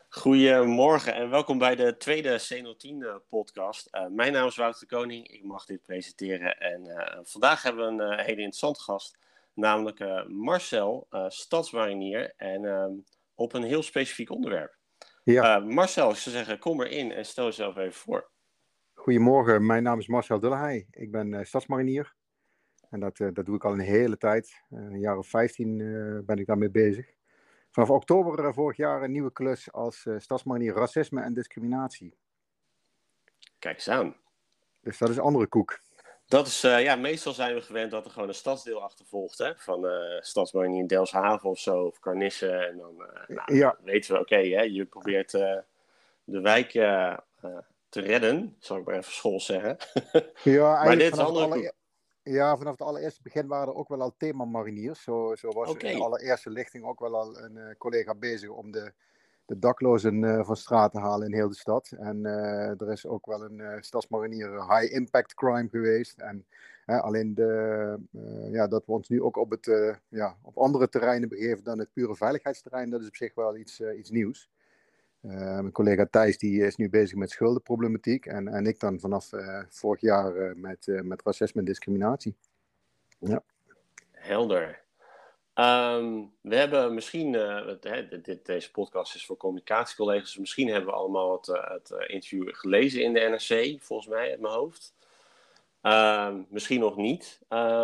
Goedemorgen en welkom bij de tweede C010 podcast. Mijn naam is Wouter de Koning, ik mag dit presenteren en vandaag hebben we een hele interessante gast, namelijk Marcel, stadsmarinier en op een heel specifiek onderwerp. Ja, Marcel, ik zou zeggen, kom erin en stel jezelf even voor. goedemorgen. Mijn naam is Marcel Dulleheij. Ik ben stadsmarinier. En dat doe ik al een hele tijd. Een jaar of 15 ben ik daarmee bezig. Vanaf oktober vorig jaar een nieuwe klus als stadsmarinier racisme en discriminatie. Kijk eens aan. Dus dat is een andere koek. Dat is, meestal zijn we gewend dat er gewoon een stadsdeel achtervolgt, hè? Van stadsmarinier in Delfshaven of zo, of Carnissen. En dan Ja. weten we, oké, je probeert de wijk te redden, zal ik maar even school zeggen. Ja, Maar dit is een andere koek. vanaf het allereerste begin waren er ook wel al themamariniers. Zo was Oké. in de allereerste lichting ook wel al een collega bezig om de daklozen van straat te halen in heel de stad. En er is ook wel een stadsmarinier high impact crime geweest. En alleen dat we ons nu ook op andere terreinen begeven dan het pure veiligheidsterrein, dat is op zich wel iets nieuws. Mijn collega Thijs die is nu bezig met schuldenproblematiek en ik dan vanaf vorig jaar met racisme en discriminatie. Ja. Helder. We hebben misschien, deze podcast is voor communicatiecollega's, misschien hebben we allemaal het interview gelezen in de NRC, volgens mij, uit mijn hoofd. Misschien nog niet.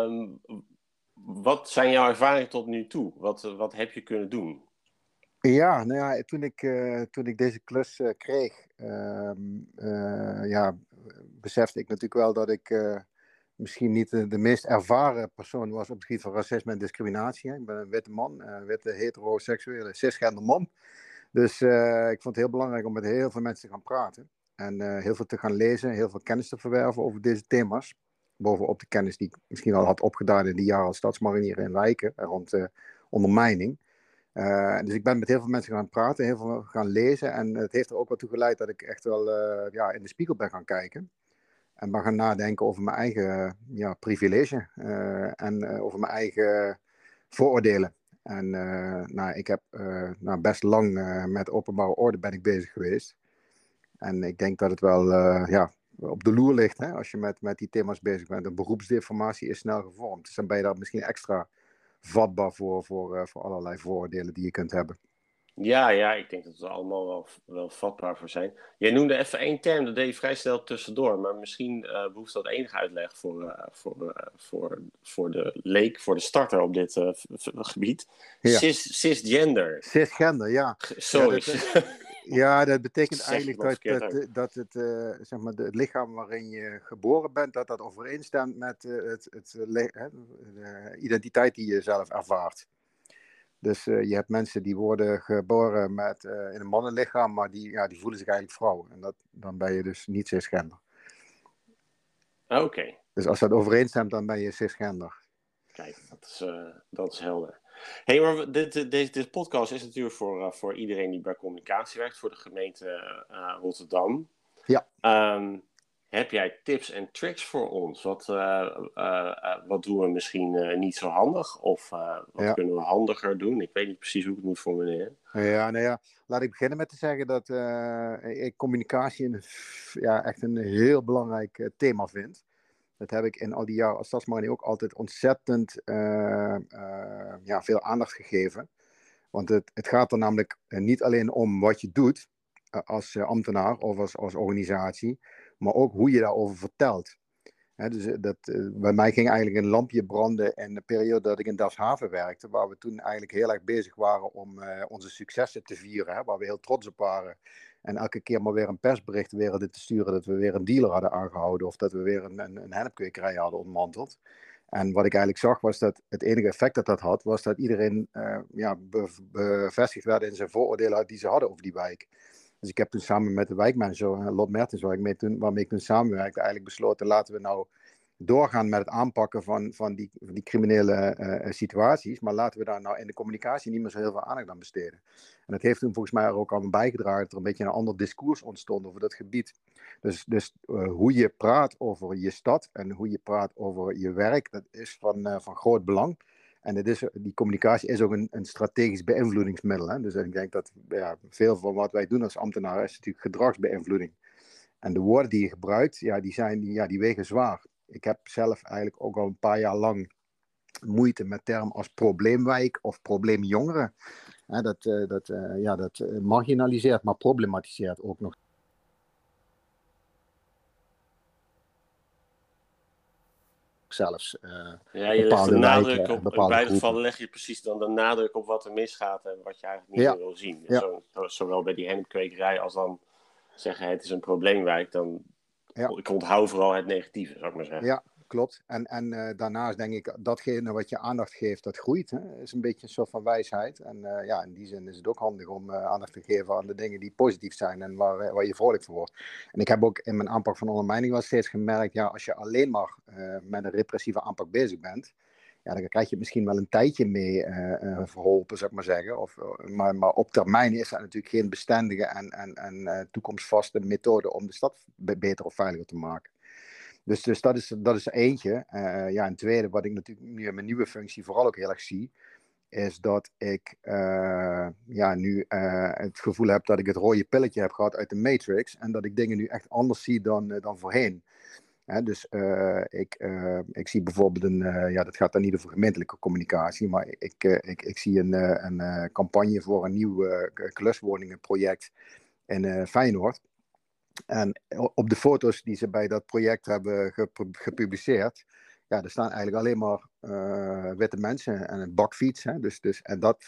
Wat zijn jouw ervaringen tot nu toe? Wat heb je kunnen doen? Ja, nou ja, toen ik deze klus kreeg, besefte ik natuurlijk wel dat ik misschien niet de meest ervaren persoon was op het gebied van racisme en discriminatie. Hè. Ik ben een witte man, witte heteroseksuele cisgender man. Dus ik vond het heel belangrijk om met heel veel mensen te gaan praten. En heel veel te gaan lezen, heel veel kennis te verwerven over deze thema's. Bovenop de kennis die ik misschien al had opgedaan in die jaren als stadsmarinier in wijken rond ondermijning. Dus ik ben met heel veel mensen gaan praten, heel veel gaan lezen. En het heeft er ook wel toe geleid dat ik echt wel in de spiegel ben gaan kijken. En ben gaan nadenken over mijn eigen privilege en over mijn eigen vooroordelen. En ik heb best lang met openbare orde ben ik bezig geweest. En ik denk dat het wel op de loer ligt, hè, als je met die thema's bezig bent. Een beroepsdeformatie is snel gevormd. Dus dan ben je daar misschien extra vatbaar voor allerlei vooroordelen die je kunt hebben. Ja, ik denk dat we er allemaal wel vatbaar voor zijn. Jij noemde even één term, dat deed je vrij snel tussendoor. Maar misschien behoeft dat enige uitleg voor de leek, voor de starter op dit gebied. Ja. Cisgender. Cisgender, ja. Sorry. Dat betekent Zeg ik eigenlijk nog verkeerd dat het lichaam waarin je geboren bent, dat overeenstemt met de identiteit die je zelf ervaart. Dus je hebt mensen die worden geboren in een mannenlichaam, maar die voelen zich eigenlijk vrouw. En dan ben je dus niet cisgender. Oké. Dus als dat overeenstemt, dan ben je cisgender. Kijk, dat is helder. Hey, maar deze podcast is natuurlijk voor iedereen die bij communicatie werkt, voor de gemeente Rotterdam. Ja. Heb jij tips en tricks voor ons? Wat doen we misschien niet zo handig? Of wat kunnen we handiger doen? Ik weet niet precies hoe ik het moet formuleren. Ja, laat ik beginnen met te zeggen dat ik communicatie echt een heel belangrijk thema vind. Dat heb ik in al die jaren als stadsmarinier ook altijd ontzettend veel aandacht gegeven. Want het gaat er namelijk niet alleen om wat je doet als ambtenaar of als organisatie, maar ook hoe je daarover vertelt. Bij mij ging eigenlijk een lampje branden in de periode dat ik in Delfshaven werkte, waar we toen eigenlijk heel erg bezig waren om onze successen te vieren, hè, waar we heel trots op waren. En elke keer maar weer een persbericht te sturen dat we weer een dealer hadden aangehouden of dat we weer een hennepkwekerij hadden ontmanteld. En wat ik eigenlijk zag was dat het enige effect dat had, was dat iedereen bevestigd werd in zijn vooroordelen die ze hadden over die wijk. Dus ik heb toen samen met de wijkmanager, Lot Mertens, waarmee ik toen samenwerkte, eigenlijk besloten, laten we nou doorgaan met het aanpakken van die criminele situaties, maar laten we daar nou in de communicatie niet meer zo heel veel aandacht aan besteden. En dat heeft toen volgens mij er ook al bijgedragen dat er een beetje een ander discours ontstond over dat gebied. Dus hoe je praat over je stad en hoe je praat over je werk, dat is van groot belang. En die communicatie is ook een strategisch beïnvloedingsmiddel. Hè? Dus ik denk dat veel van wat wij doen als ambtenaren is natuurlijk gedragsbeïnvloeding. En de woorden die je gebruikt, die wegen zwaar. Ik heb zelf eigenlijk ook al een paar jaar lang moeite met termen als probleemwijk of probleemjongeren. Dat marginaliseert, maar problematiseert ook nog. Zelfs je legt de nadruk op, in beide gevallen leg je precies dan de nadruk op wat er misgaat en wat je eigenlijk niet meer wil zien. Ja. Zowel bij die hennepkwekerij als dan zeggen het is een probleemwijk, dan ik onthoud vooral het negatieve, zou ik maar zeggen. Ja, klopt. En daarnaast denk ik, datgene wat je aandacht geeft, dat groeit. Hè? Is een beetje een soort van wijsheid. En in die zin is het ook handig om aandacht te geven aan de dingen die positief zijn en waar je vrolijk van wordt. En ik heb ook in mijn aanpak van ondermijning wel steeds gemerkt, als je alleen maar met een repressieve aanpak bezig bent, dan krijg je het misschien wel een tijdje mee verholpen, zou ik maar zeggen. Maar op termijn is dat natuurlijk geen bestendige en toekomstvaste methode om de stad beter of veiliger te maken. Dus dat is er eentje. En tweede, wat ik natuurlijk nu in mijn nieuwe functie vooral ook heel erg zie, is dat ik nu het gevoel heb dat ik het rode pilletje heb gehad uit de Matrix en dat ik dingen nu echt anders zie dan voorheen. Dus ik zie bijvoorbeeld dat gaat dan niet over gemeentelijke communicatie, maar ik zie een campagne voor een nieuw kluswoningenproject in Feyenoord. En op de foto's die ze bij dat project hebben gepubliceerd, er staan eigenlijk alleen maar witte mensen en een bakfiets. Hè? En dat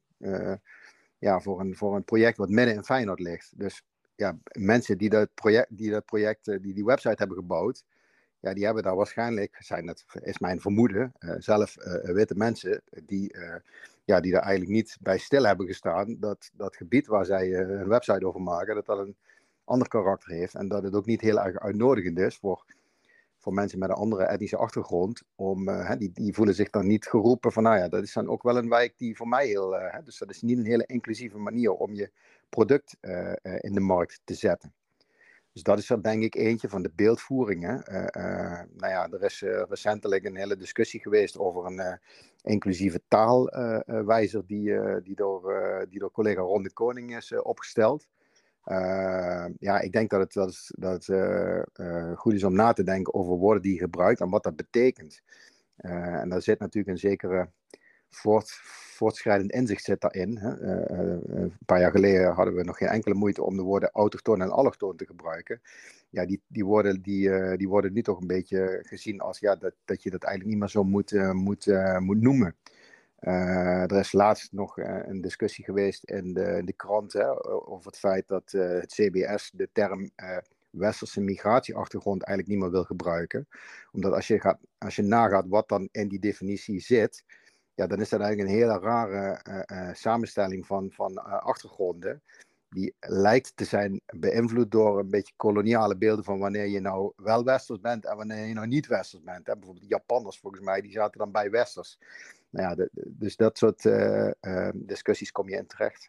voor een project wat midden in Feyenoord ligt. Dus mensen die die website hebben gebouwd, die hebben daar waarschijnlijk, is mijn vermoeden, zelf witte mensen die daar eigenlijk niet bij stil hebben gestaan. Dat gebied waar zij een website over maken, dat een ander karakter heeft. En dat het ook niet heel erg uitnodigend is voor mensen met een andere etnische achtergrond. Die voelen zich dan niet geroepen van, dat is dan ook wel een wijk die voor mij heel... dus dat is niet een hele inclusieve manier om je product in de markt te zetten. Dus dat is er denk ik eentje van de beeldvoering. Hè. Er is recentelijk een hele discussie geweest over een inclusieve taalwijzer die door collega Ron de Koning is opgesteld. Ik denk dat het goed is om na te denken over woorden die je gebruikt en wat dat betekent. En daar zit natuurlijk een zekere voortschrijdend inzicht zit daarin. Hè. Een paar jaar geleden hadden we nog geen enkele moeite om de woorden autochtoon en allochtoon te gebruiken. Die woorden die worden nu toch een beetje gezien als dat je dat eigenlijk niet meer zo moet noemen. Er is laatst nog een discussie geweest in de krant over het feit dat het CBS de term westerse migratieachtergrond eigenlijk niet meer wil gebruiken. Omdat als je nagaat wat dan in die definitie zit, dan is dat eigenlijk een hele rare samenstelling van achtergronden. Die lijkt te zijn beïnvloed door een beetje koloniale beelden van wanneer je nou wel westers bent en wanneer je nou niet westers bent. Hè. Bijvoorbeeld de Japanners volgens mij, die zaten dan bij westers. Dus dat soort discussies kom je in terecht.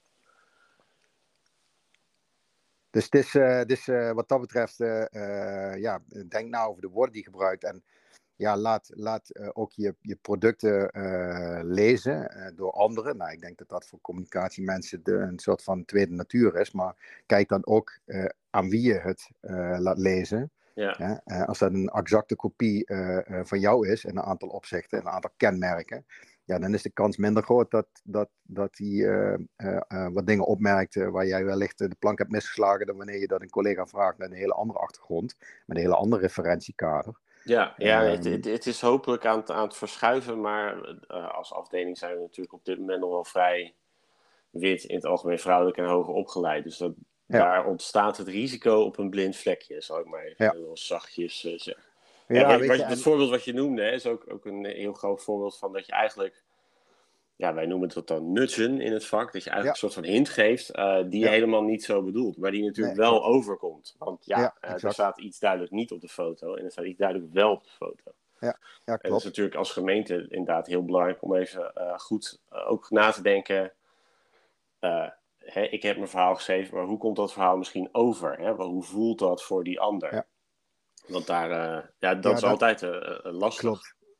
Dus het is wat dat betreft, denk nou over de woorden die je gebruikt. En laat ook je producten lezen door anderen. Ik denk dat dat voor communicatiemensen een soort van tweede natuur is. Maar kijk dan ook aan wie je het laat lezen. Ja. Als dat een exacte kopie van jou is in een aantal opzichten, een aantal kenmerken, dan is de kans minder groot dat die wat dingen opmerkt waar jij wellicht de plank hebt misgeslagen dan wanneer je dat een collega vraagt met een hele andere achtergrond, met een hele andere referentiekader. Het is hopelijk aan het verschuiven, maar als afdeling zijn we natuurlijk op dit moment nog wel vrij wit, in het algemeen vrouwelijk en hoger opgeleid. Dus daar ontstaat het risico op een blind vlekje, zal ik maar even heel zachtjes zeggen. Het voorbeeld wat je noemde is ook een heel groot voorbeeld van dat je eigenlijk, wij noemen het dan nudgen in het vak, dat je eigenlijk een soort van hint geeft die je helemaal niet zo bedoelt, maar die natuurlijk wel overkomt. Want er staat iets duidelijk niet op de foto en er staat iets duidelijk wel op de foto. Ja, klopt. En dat is natuurlijk als gemeente inderdaad heel belangrijk om even goed ook na te denken. Ik heb mijn verhaal geschreven, maar hoe komt dat verhaal misschien over? Hè? Hoe voelt dat voor die ander? Ja. Want dat is altijd lastig. Klopt.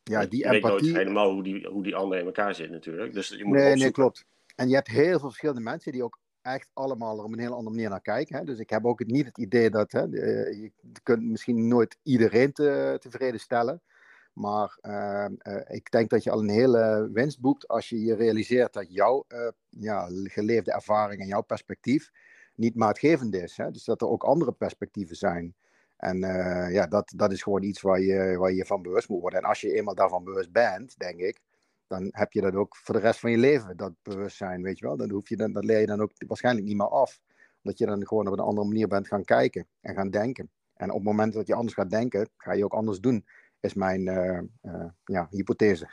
Ja, die Je weet nooit empathie. helemaal hoe die ander in elkaar zit natuurlijk. Dus je moet hem Nee, opzoeken. klopt. En je hebt heel veel verschillende mensen die ook echt allemaal er op een hele andere manier naar kijken. Hè? Dus ik heb ook niet het idee dat je kunt misschien nooit iedereen tevreden stellen. Maar ik denk dat je al een hele winst boekt als je je realiseert dat jouw geleefde ervaring en jouw perspectief niet maatgevend is. Hè? Dus dat er ook andere perspectieven zijn. En dat is gewoon iets waar je van bewust moet worden. En als je eenmaal daarvan bewust bent, denk ik, dan heb je dat ook voor de rest van je leven, dat bewustzijn, weet je wel. Dat leer je dan ook waarschijnlijk niet meer af. Omdat je dan gewoon op een andere manier bent gaan kijken en gaan denken. En op het moment dat je anders gaat denken, ga je ook anders doen, is mijn hypothese.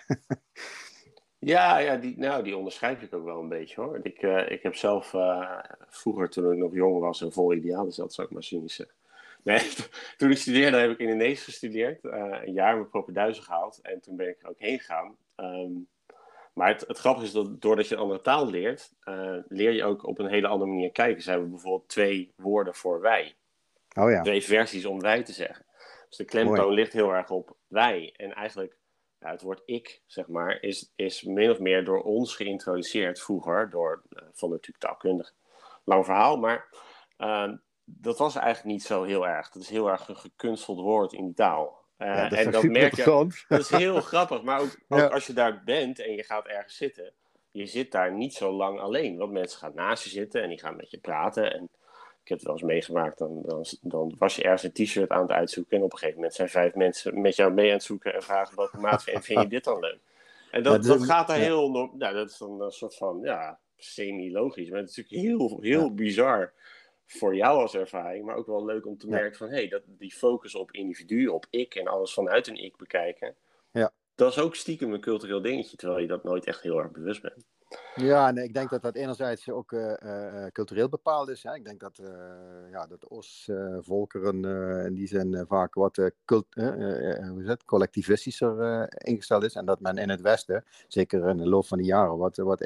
Ja, die onderschrijf ik ook wel een beetje hoor. Ik heb zelf vroeger, toen ik nog jong was, een vol ideaal, dus dat zou ik maar cynisch zeggen. Nee, toen ik studeerde heb ik Indonesisch gestudeerd. Een jaar mijn propenduizen gehaald. En toen ben ik er ook heen gegaan. Maar het grappige is dat doordat je een andere taal leert, leer je ook op een hele andere manier kijken. Ze hebben bijvoorbeeld 2 woorden voor wij. Oh ja, 2 versies om wij te zeggen. Dus de mooi. klemtoon ligt heel erg op wij. En eigenlijk, het woord ik, zeg maar, is min of meer door ons geïntroduceerd vroeger. Van natuurlijk taalkundigen. Lang verhaal, maar dat was eigenlijk niet zo heel erg. Dat is heel erg een gekunsteld woord in die taal. Ja, dat is En toch dat super merk je, interessant. dat is heel grappig. Maar ook Ja. als je daar bent en je gaat ergens zitten, je zit daar niet zo lang alleen. Want mensen gaan naast je zitten en die gaan met je praten. En ik heb het wel eens meegemaakt, dan was je ergens een t-shirt aan het uitzoeken. En op een gegeven moment zijn 5 mensen met jou mee aan het zoeken en vragen welke maat vind je dit dan leuk? En Ja, dat gaat daar ja, dat is dan een soort van, semi-logisch. Maar het is natuurlijk heel, ja. heel bizar voor jou als ervaring, maar ook wel leuk om te Ja, merken van, dat die focus op individu, op ik en alles vanuit een ik bekijken, ja. dat is ook stiekem een cultureel dingetje, terwijl je dat nooit echt heel erg bewust bent. Ja, en ik denk dat dat enerzijds ook cultureel bepaald is. Hè. Ik denk dat, dat de Oostvolkeren in die zin vaak wat hoe is het, collectivistischer ingesteld is. En dat men in het Westen, zeker in de loop van de jaren, wat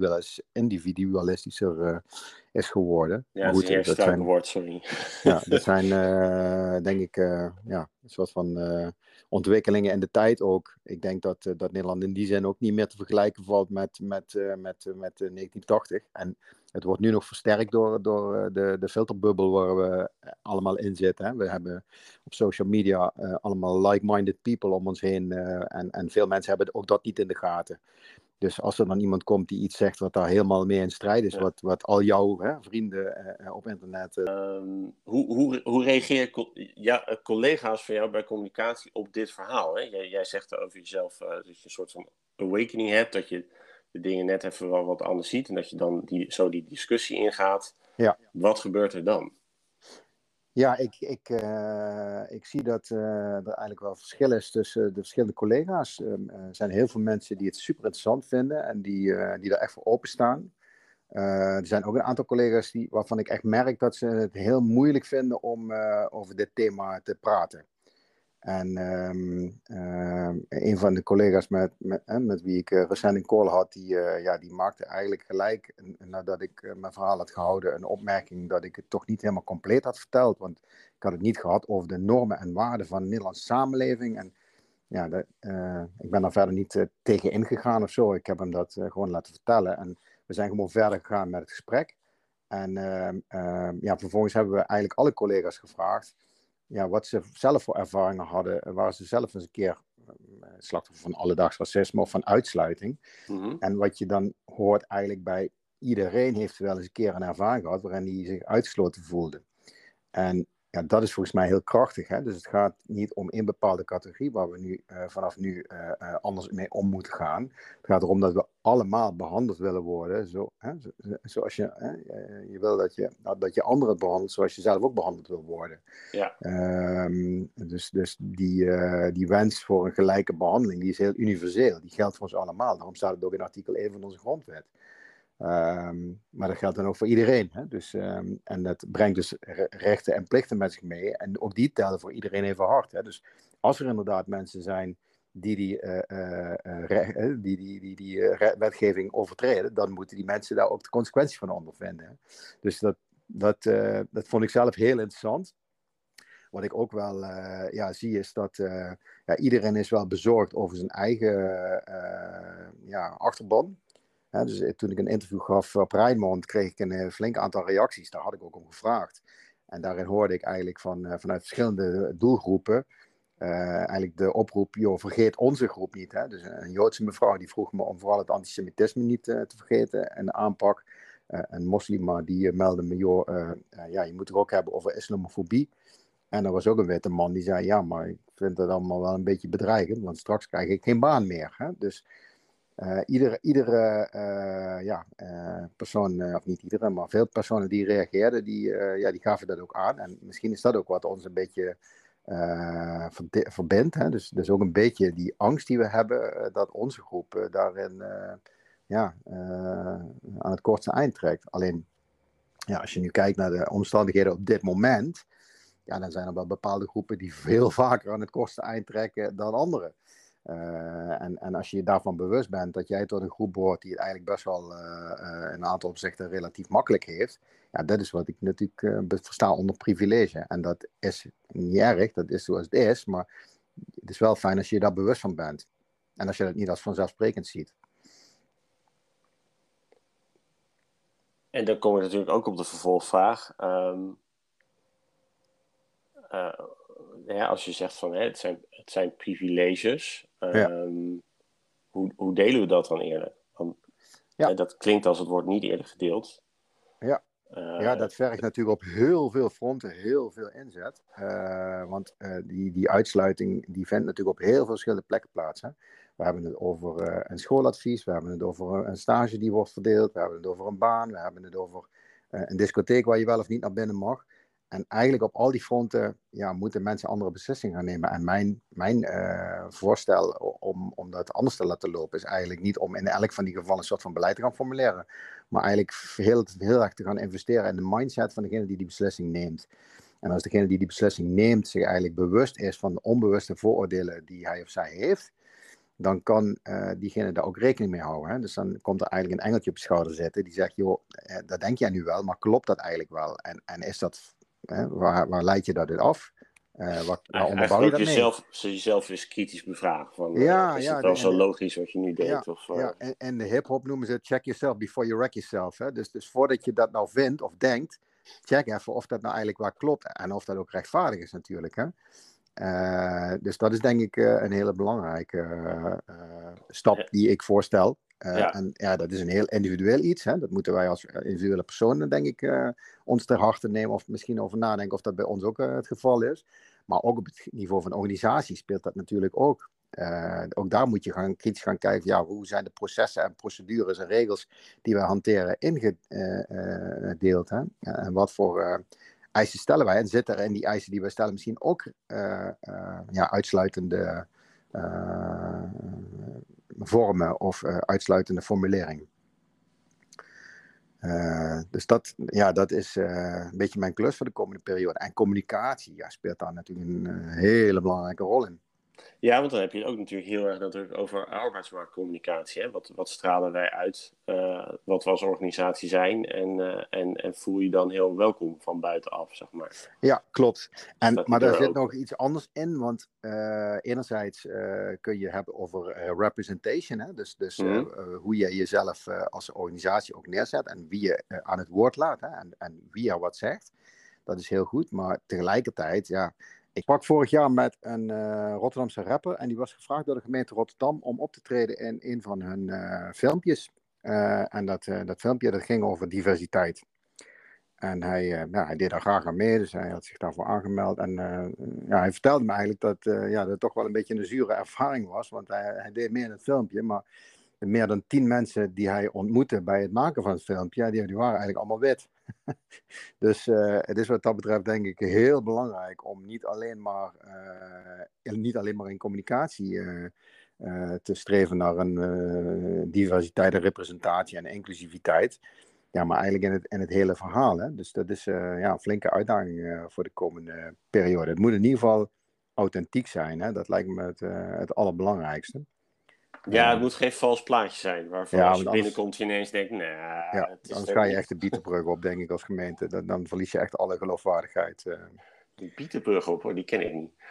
individualistischer is geworden. Ja, Maar het is een goed, dat zijn, herstruikenwoord, sorry. ja, dat zijn denk ik, een soort van ontwikkelingen in de tijd ook. Ik denk dat Nederland in die zin ook niet meer te vergelijken valt met 1980. En het wordt nu nog versterkt door de filterbubbel waar we allemaal in zitten. Hè. We hebben op social media allemaal like-minded people om ons heen. En veel mensen hebben ook dat niet in de gaten. Dus als er dan iemand komt die iets zegt wat daar helemaal mee in strijd is, Ja. wat al jouw vrienden op internet. Hoe reageren collega's van jou bij communicatie op dit verhaal? Hè? Jij zegt over jezelf dat je een soort van awakening hebt, dat je de dingen net even wel wat anders ziet en dat je dan die discussie ingaat. Ja. Wat gebeurt er dan? Ja, ik zie dat er eigenlijk wel verschil is tussen de verschillende collega's. Er zijn heel veel mensen die het super interessant vinden en die er echt voor openstaan. Er zijn ook een aantal collega's waarvan ik echt merk dat ze het heel moeilijk vinden om over dit thema te praten. En een van de collega's met wie ik recent een call had, die maakte eigenlijk gelijk, nadat ik mijn verhaal had gehouden, een opmerking dat ik het toch niet helemaal compleet had verteld. Want ik had het niet gehad over de normen en waarden van de Nederlandse samenleving. En ja, ik ben daar verder niet tegen ingegaan of zo. Ik heb hem dat gewoon laten vertellen. En we zijn gewoon verder gegaan met het gesprek. En vervolgens hebben we eigenlijk alle collega's gevraagd wat ze zelf voor ervaringen hadden, waar ze zelf eens een keer slachtoffer van alledaags racisme of van uitsluiting. Mm-hmm. En wat je dan hoort eigenlijk bij iedereen heeft wel eens een keer een ervaring gehad waarin hij zich uitgesloten voelde. En ja, dat is volgens mij heel krachtig. Hè? Dus het gaat niet om één bepaalde categorie waar we nu vanaf nu anders mee om moeten gaan. Het gaat erom dat we allemaal behandeld willen worden. Zoals je wil dat je anderen behandelt zoals je zelf ook behandeld wil worden. Ja. Dus die wens voor een gelijke behandeling, die is heel universeel. Die geldt voor ons allemaal. Daarom staat het ook in artikel 1 van onze grondwet. Maar dat geldt dan ook voor iedereen. Hè? Dus, en dat brengt dus rechten en plichten met zich mee. En ook die tellen voor iedereen even hard. Hè? Dus als er inderdaad mensen zijn die wetgeving overtreden, dan moeten die mensen daar ook de consequenties van ondervinden. Hè? Dus dat vond ik zelf heel interessant. wat ik ook wel zie is dat iedereen is wel bezorgd over zijn eigen achterban. Dus toen ik een interview gaf op Rijnmond, kreeg ik een flink aantal reacties. Daar had ik ook om gevraagd. En daarin hoorde ik eigenlijk vanuit verschillende doelgroepen eigenlijk de oproep, joh, vergeet onze groep niet. Hè? Dus een Joodse mevrouw die vroeg me om vooral het antisemitisme niet te vergeten en de aanpak. Een moslima die meldde me, joh, je moet het ook hebben over islamofobie. En er was ook een witte man die zei, ja, maar ik vind dat allemaal wel een beetje bedreigend, want straks krijg ik geen baan meer. Hè? Dus iedere persoon, of niet iedere, maar veel personen die reageerden, die gaven dat ook aan. En misschien is dat ook wat ons een beetje verbindt. Hè? Dus ook een beetje die angst die we hebben, dat onze groep daarin aan het kortste eind trekt. Alleen, als je nu kijkt naar de omstandigheden op dit moment, dan zijn er wel bepaalde groepen die veel vaker aan het kortste eind trekken dan anderen. En als je je daarvan bewust bent dat jij tot een groep behoort die het eigenlijk best wel in een aantal opzichten relatief makkelijk heeft, dat is wat ik natuurlijk versta onder privilege. En dat is niet erg, dat is zoals het is, maar het is wel fijn als je je daar bewust van bent. En als je dat niet als vanzelfsprekend ziet. En dan kom je natuurlijk ook op de vervolgvraag. Als je zegt van het zijn privileges, hoe delen we dat dan eerlijk? Dat klinkt als het wordt niet eerlijk gedeeld. Ja, dat vergt natuurlijk op heel veel fronten heel veel inzet. Want die uitsluiting die vindt natuurlijk op heel veel verschillende plekken plaats. Hè. We hebben het over een schooladvies, we hebben het over een stage die wordt verdeeld, we hebben het over een baan, we hebben het over een discotheek waar je wel of niet naar binnen mag. En eigenlijk op al die fronten moeten mensen andere beslissingen gaan nemen. En mijn voorstel om dat anders te laten lopen is eigenlijk niet om in elk van die gevallen een soort van beleid te gaan formuleren. Maar eigenlijk heel erg te gaan investeren in de mindset van degene die die beslissing neemt. En als degene die die beslissing neemt zich eigenlijk bewust is van de onbewuste vooroordelen die hij of zij heeft, dan kan diegene daar ook rekening mee houden. Hè? Dus dan komt er eigenlijk een engeltje op je schouder zitten die zegt, joh, dat denk jij nu wel, maar klopt dat eigenlijk wel? En is dat... Waar leid je dat uit af? Waar onderbouw je dat mee? Jezelf eens kritisch bevragen. Van, is het wel zo logisch wat je nu denkt? En de hip-hop noemen ze check yourself before you wreck yourself. Hè? Dus voordat je dat nou vindt of denkt, check even of dat nou eigenlijk wel klopt. En of dat ook rechtvaardig is natuurlijk. Hè? Dus dat is denk ik een hele belangrijke stap die ik voorstel. En dat is een heel individueel iets. Hè? Dat moeten wij als individuele personen, denk ik, ons ter harte nemen. Of misschien over nadenken of dat bij ons ook het geval is. Maar ook op het niveau van organisatie speelt dat natuurlijk ook. Ook daar moet je kritisch gaan kijken. Hoe zijn de processen en procedures en regels die wij hanteren ingedeeld? Hè? En wat voor eisen stellen wij? En zitten er in die eisen die wij stellen misschien ook uitsluitende vormen of uitsluitende formuleringen. Dus dat is een beetje mijn klus voor de komende periode. En communicatie speelt daar natuurlijk een hele belangrijke rol in. Ja, want dan heb je het ook natuurlijk heel erg natuurlijk over arbeidsmarktcommunicatie. Hè? Wat stralen wij uit? Wat we als organisatie zijn? En voel je dan heel welkom van buitenaf, zeg maar. Ja, klopt. Maar daar zit nog iets anders in. Want enerzijds kun je hebben over representation. Hè? Dus hoe je jezelf als organisatie ook neerzet. En wie je aan het woord laat. Hè? En wie er wat zegt. Dat is heel goed. Maar tegelijkertijd, ik sprak vorig jaar met een Rotterdamse rapper en die was gevraagd door de gemeente Rotterdam om op te treden in een van hun filmpjes. En dat filmpje dat ging over diversiteit. En hij deed daar graag aan mee, dus hij had zich daarvoor aangemeld. En hij vertelde me eigenlijk dat dat toch wel een beetje een zure ervaring was, want hij deed mee in het filmpje, maar meer dan 10 mensen die hij ontmoette bij het maken van het filmpje, die waren eigenlijk allemaal wit. Dus het is wat dat betreft denk ik heel belangrijk om niet alleen maar in communicatie te streven naar een diversiteit en representatie en inclusiviteit. Ja, maar eigenlijk in het hele verhaal. Hè? Dus dat is een flinke uitdaging voor de komende periode. Het moet in ieder geval authentiek zijn. Hè? Dat lijkt me het allerbelangrijkste. Ja, het moet geen vals plaatje zijn. Waarvan als je binnenkomt je ineens denkt, anders ga je echt de bietenbrug op, denk ik, als gemeente. Dan verlies je echt alle geloofwaardigheid. Die Pieterbrug op, hoor, die ken ik niet.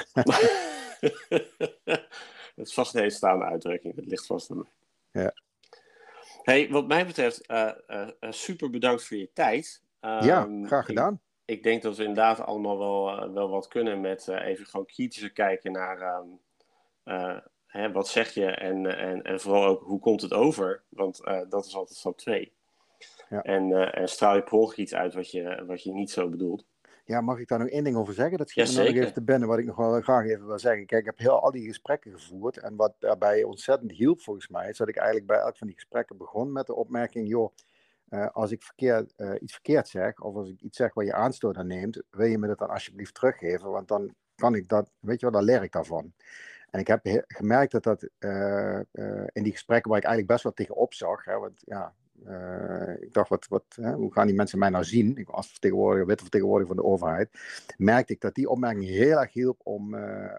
Dat is vast een hele staande uitdrukking. Dat ligt vast aan mij. Ja. Hey, wat mij betreft, super bedankt voor je tijd. Ja, graag gedaan. Ik denk dat we inderdaad allemaal wel wat kunnen met even gewoon kritischer kijken naar wat zeg je en vooral ook hoe komt het over. Want dat is altijd stap 2. Ja. En straal je per ongeluk iets uit wat je niet zo bedoelt. Ja, mag ik daar nog één ding over zeggen? Dat schiet Ja, me nog zeker. even te binnen, wat ik nog wel graag even wil zeggen. Kijk, ik heb al die gesprekken gevoerd. En wat daarbij ontzettend hielp volgens mij, is dat ik eigenlijk bij elk van die gesprekken begon met de opmerking, joh, als ik iets verkeerd zeg, of als ik iets zeg waar je aanstoot aan neemt, wil je me dat dan alsjeblieft teruggeven? Want dan kan ik dat, weet je wel, dan leer ik daarvan. En ik heb gemerkt dat in die gesprekken waar ik eigenlijk best wel tegenop zag, hè, want ja, ik dacht, hoe gaan die mensen mij nou zien? Als witte vertegenwoordiger van de overheid, merkte ik dat die opmerking heel erg hielp om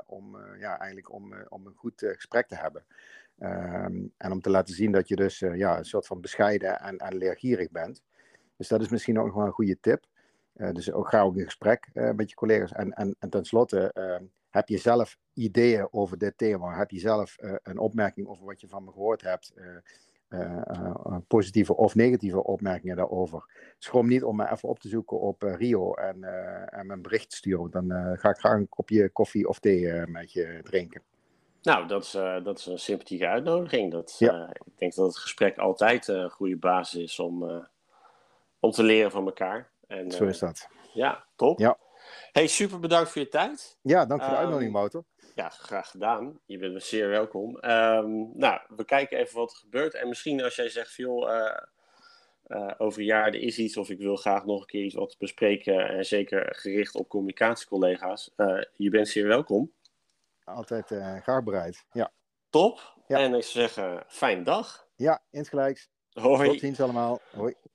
een goed gesprek te hebben. En om te laten zien dat je dus een soort van bescheiden en leergierig bent. Dus dat is misschien ook nog wel een goede tip. Dus ook ga ook in gesprek met je collega's. En tenslotte, heb je zelf ideeën over dit thema? Heb je zelf een opmerking over wat je van me gehoord hebt? Positieve of negatieve opmerkingen daarover? Schroom niet om me even op te zoeken op Rio en mijn bericht te sturen. Dan ga ik graag een kopje koffie of thee met je drinken. Nou, dat is een sympathieke uitnodiging. Ik denk dat het gesprek altijd een goede basis is om te leren van elkaar. En, Zo is dat. Ja, top. Ja. Hey, super bedankt voor je tijd. Ja, dank voor de uitnodiging, Wouter. Ja, graag gedaan. Je bent zeer welkom. Nou, we kijken even wat er gebeurt. En misschien als jij zegt, over een jaar er is iets, of ik wil graag nog een keer iets wat bespreken, en zeker gericht op communicatiecollega's, je bent zeer welkom. Altijd graag bereid. Ja. Top. Ja. En ik zou zeggen, fijne dag. Ja, insgelijks. Hoi. Tot ziens allemaal. Hoi.